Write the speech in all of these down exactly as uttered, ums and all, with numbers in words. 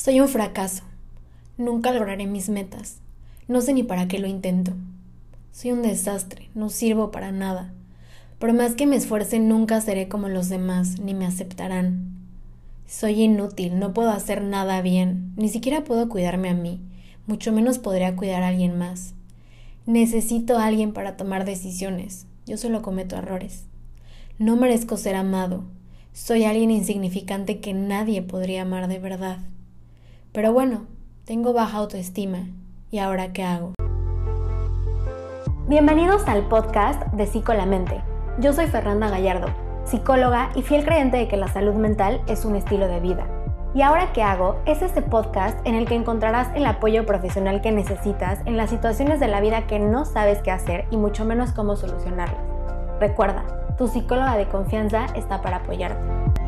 Soy un fracaso. Nunca lograré mis metas. No sé ni para qué lo intento. Soy un desastre, no sirvo para nada. Por más que me esfuerce, nunca seré como los demás, ni me aceptarán. Soy inútil, no puedo hacer nada bien, ni siquiera puedo cuidarme a mí, mucho menos podría cuidar a alguien más. Necesito a alguien para tomar decisiones, yo solo cometo errores. No merezco ser amado, soy alguien insignificante que nadie podría amar de verdad. Pero bueno, tengo baja autoestima, ¿y ahora qué hago? Bienvenidos al podcast de Psicolamente. Yo soy Fernanda Gallardo, psicóloga y fiel creyente de que la salud mental es un estilo de vida. ¿Y ahora qué hago? Es este podcast en el que encontrarás el apoyo profesional que necesitas en las situaciones de la vida que no sabes qué hacer y mucho menos cómo solucionarlas. Recuerda, tu psicóloga de confianza está para apoyarte.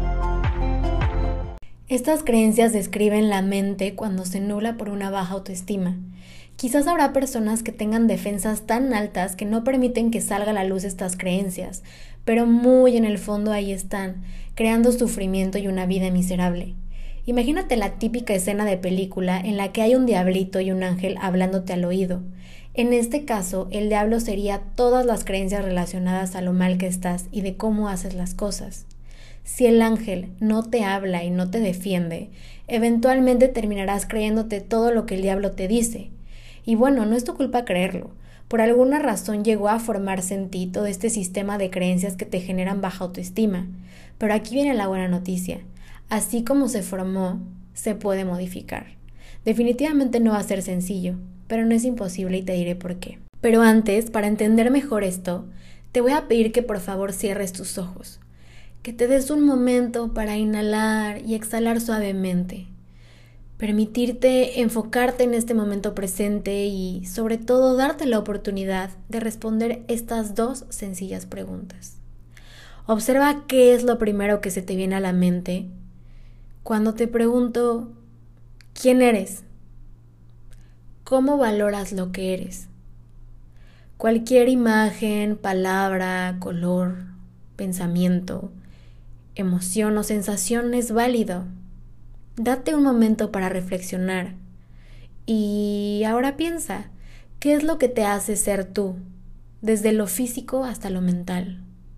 Estas creencias describen la mente cuando se nubla por una baja autoestima. Quizás habrá personas que tengan defensas tan altas que no permiten que salga a la luz estas creencias, pero muy en el fondo ahí están, creando sufrimiento y una vida miserable. Imagínate la típica escena de película en la que hay un diablito y un ángel hablándote al oído. En este caso, el diablo sería todas las creencias relacionadas a lo mal que estás y de cómo haces las cosas. Si el ángel no te habla y no te defiende, eventualmente terminarás creyéndote todo lo que el diablo te dice. Y bueno, no es tu culpa creerlo. Por alguna razón llegó a formarse en ti todo este sistema de creencias que te generan baja autoestima. Pero aquí viene la buena noticia. Así como se formó, se puede modificar. Definitivamente no va a ser sencillo, pero no es imposible y te diré por qué. Pero antes, para entender mejor esto, te voy a pedir que por favor cierres tus ojos. Que te des un momento para inhalar y exhalar suavemente. Permitirte enfocarte en este momento presente y, sobre todo, darte la oportunidad de responder estas dos sencillas preguntas. Observa qué es lo primero que se te viene a la mente cuando te pregunto ¿quién eres? ¿Cómo valoras lo que eres? Cualquier imagen, palabra, color, pensamiento, emoción o sensación es válido. Date un momento para reflexionar. Y ahora piensa, ¿qué es lo que te hace ser tú? Desde lo físico hasta lo mental.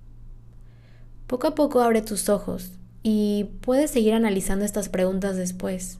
Poco a poco abre tus ojos y puedes seguir analizando estas preguntas después.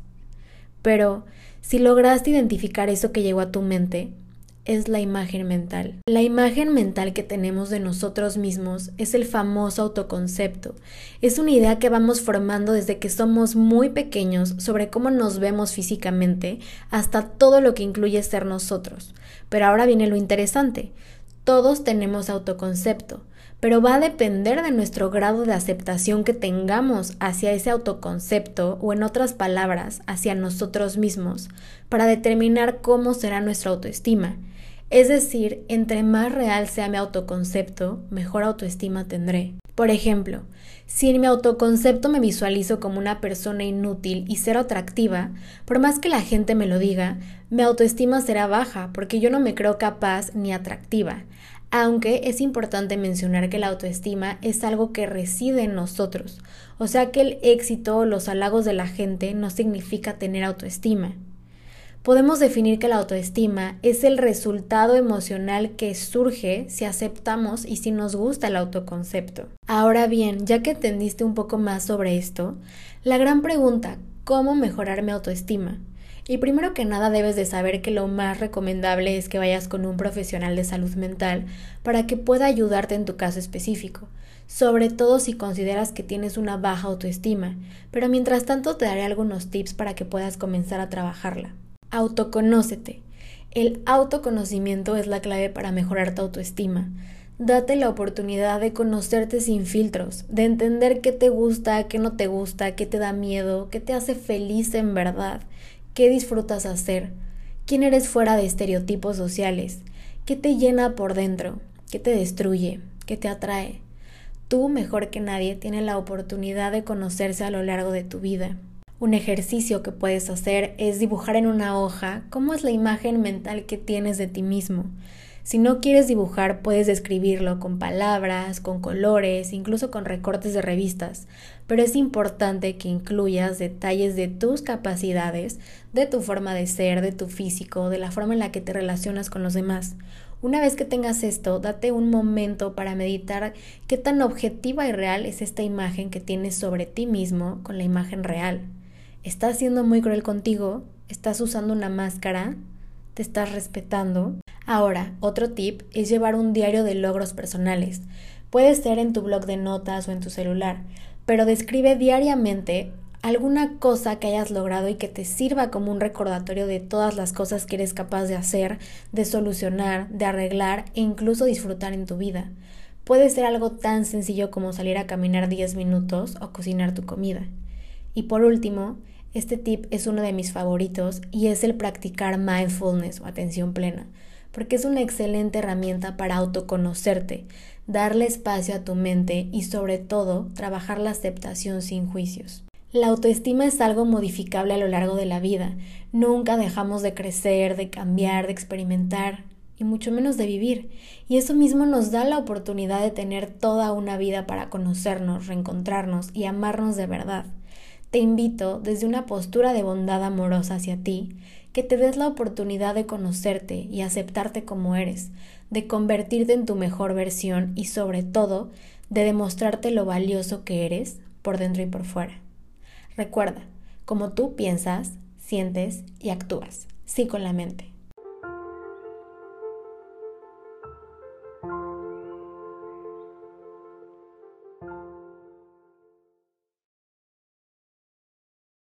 Pero si lograste identificar eso que llegó a tu mente, es la imagen mental. La imagen mental que tenemos de nosotros mismos es el famoso autoconcepto. Es una idea que vamos formando desde que somos muy pequeños sobre cómo nos vemos físicamente hasta todo lo que incluye ser nosotros. Pero ahora viene lo interesante. Todos tenemos autoconcepto, pero va a depender de nuestro grado de aceptación que tengamos hacia ese autoconcepto o, en otras palabras, hacia nosotros mismos, para determinar cómo será nuestra autoestima. Es decir, entre más real sea mi autoconcepto, mejor autoestima tendré. Por ejemplo, si en mi autoconcepto me visualizo como una persona inútil y cero atractiva, por más que la gente me lo diga, mi autoestima será baja porque yo no me creo capaz ni atractiva. Aunque es importante mencionar que la autoestima es algo que reside en nosotros, o sea que el éxito o los halagos de la gente no significa tener autoestima. Podemos definir que la autoestima es el resultado emocional que surge si aceptamos y si nos gusta el autoconcepto. Ahora bien, ya que entendiste un poco más sobre esto, la gran pregunta, ¿cómo mejorar mi autoestima? Y primero que nada debes de saber que lo más recomendable es que vayas con un profesional de salud mental para que pueda ayudarte en tu caso específico, sobre todo si consideras que tienes una baja autoestima, pero mientras tanto te daré algunos tips para que puedas comenzar a trabajarla. Autoconócete. El autoconocimiento es la clave para mejorar tu autoestima. Date la oportunidad de conocerte sin filtros, de entender qué te gusta, qué no te gusta, qué te da miedo, qué te hace feliz en verdad, qué disfrutas hacer, quién eres fuera de estereotipos sociales, qué te llena por dentro, qué te destruye, qué te atrae. Tú, mejor que nadie, tienes la oportunidad de conocerse a lo largo de tu vida. Un ejercicio que puedes hacer es dibujar en una hoja cómo es la imagen mental que tienes de ti mismo. Si no quieres dibujar, puedes describirlo con palabras, con colores, incluso con recortes de revistas, pero es importante que incluyas detalles de tus capacidades, de tu forma de ser, de tu físico, de la forma en la que te relacionas con los demás. Una vez que tengas esto, date un momento para meditar qué tan objetiva y real es esta imagen que tienes sobre ti mismo con la imagen real. ¿Estás siendo muy cruel contigo? ¿Estás usando una máscara? ¿Te estás respetando? Ahora, otro tip es llevar un diario de logros personales. Puede ser en tu blog de notas o en tu celular, pero describe diariamente alguna cosa que hayas logrado y que te sirva como un recordatorio de todas las cosas que eres capaz de hacer, de solucionar, de arreglar e incluso disfrutar en tu vida. Puede ser algo tan sencillo como salir a caminar diez minutos o cocinar tu comida. Y por último, este tip es uno de mis favoritos y es el practicar mindfulness o atención plena, porque es una excelente herramienta para autoconocerte, darle espacio a tu mente y sobre todo trabajar la aceptación sin juicios. La autoestima es algo modificable a lo largo de la vida. Nunca dejamos de crecer, de cambiar, de experimentar y mucho menos de vivir. Y eso mismo nos da la oportunidad de tener toda una vida para conocernos, reencontrarnos y amarnos de verdad. Te invito, desde una postura de bondad amorosa hacia ti, que te des la oportunidad de conocerte y aceptarte como eres, de convertirte en tu mejor versión y sobre todo, de demostrarte lo valioso que eres por dentro y por fuera. Recuerda, como tú piensas, sientes y actúas, sí con la mente.